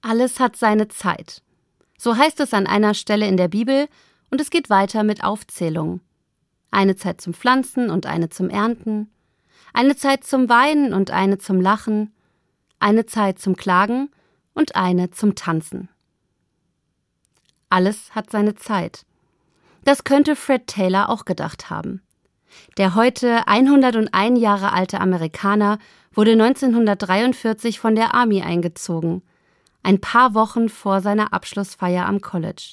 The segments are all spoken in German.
Alles hat seine Zeit. So heißt es an einer Stelle in der Bibel und es geht weiter mit Aufzählungen. Eine Zeit zum Pflanzen und eine zum Ernten, eine Zeit zum Weinen und eine zum Lachen, eine Zeit zum Klagen und eine zum Tanzen. Alles hat seine Zeit. Das könnte Fred Taylor auch gedacht haben. Der heute 101 Jahre alte Amerikaner wurde 1943 von der Army eingezogen, ein paar Wochen vor seiner Abschlussfeier am College.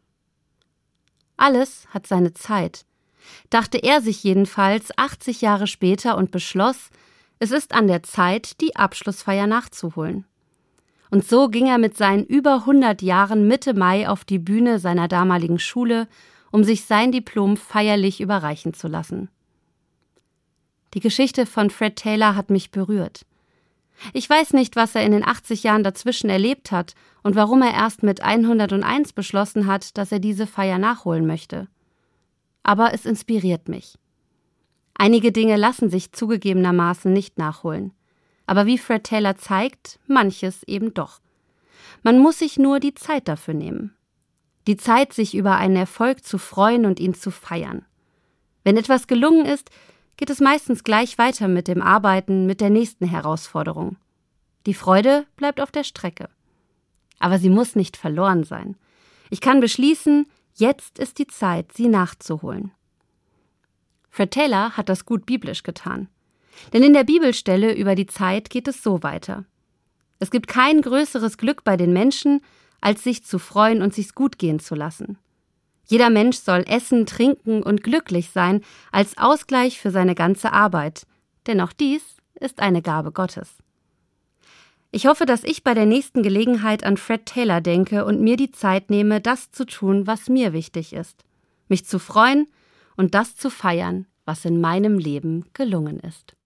Alles hat seine Zeit, dachte er sich jedenfalls 80 Jahre später und beschloss, es ist an der Zeit, die Abschlussfeier nachzuholen. Und so ging er mit seinen über 100 Jahren Mitte Mai auf die Bühne seiner damaligen Schule, um sich sein Diplom feierlich überreichen zu lassen. Die Geschichte von Fred Taylor hat mich berührt. Ich weiß nicht, was er in den 80 Jahren dazwischen erlebt hat und warum er erst mit 101 beschlossen hat, dass er diese Feier nachholen möchte. Aber es inspiriert mich. Einige Dinge lassen sich zugegebenermaßen nicht nachholen. Aber wie Fred Taylor zeigt, manches eben doch. Man muss sich nur die Zeit dafür nehmen. Die Zeit, sich über einen Erfolg zu freuen und ihn zu feiern. Wenn etwas gelungen ist, geht es meistens gleich weiter mit dem Arbeiten, mit der nächsten Herausforderung. Die Freude bleibt auf der Strecke. Aber sie muss nicht verloren sein. Ich kann beschließen, jetzt ist die Zeit, sie nachzuholen. Fred Taylor hat das gut biblisch getan. Denn in der Bibelstelle über die Zeit geht es so weiter. Es gibt kein größeres Glück bei den Menschen, als sich zu freuen und sich's gut gehen zu lassen. Jeder Mensch soll essen, trinken und glücklich sein, als Ausgleich für seine ganze Arbeit. Denn auch dies ist eine Gabe Gottes. Ich hoffe, dass ich bei der nächsten Gelegenheit an Fred Taylor denke und mir die Zeit nehme, das zu tun, was mir wichtig ist. Mich zu freuen und das zu feiern, was in meinem Leben gelungen ist.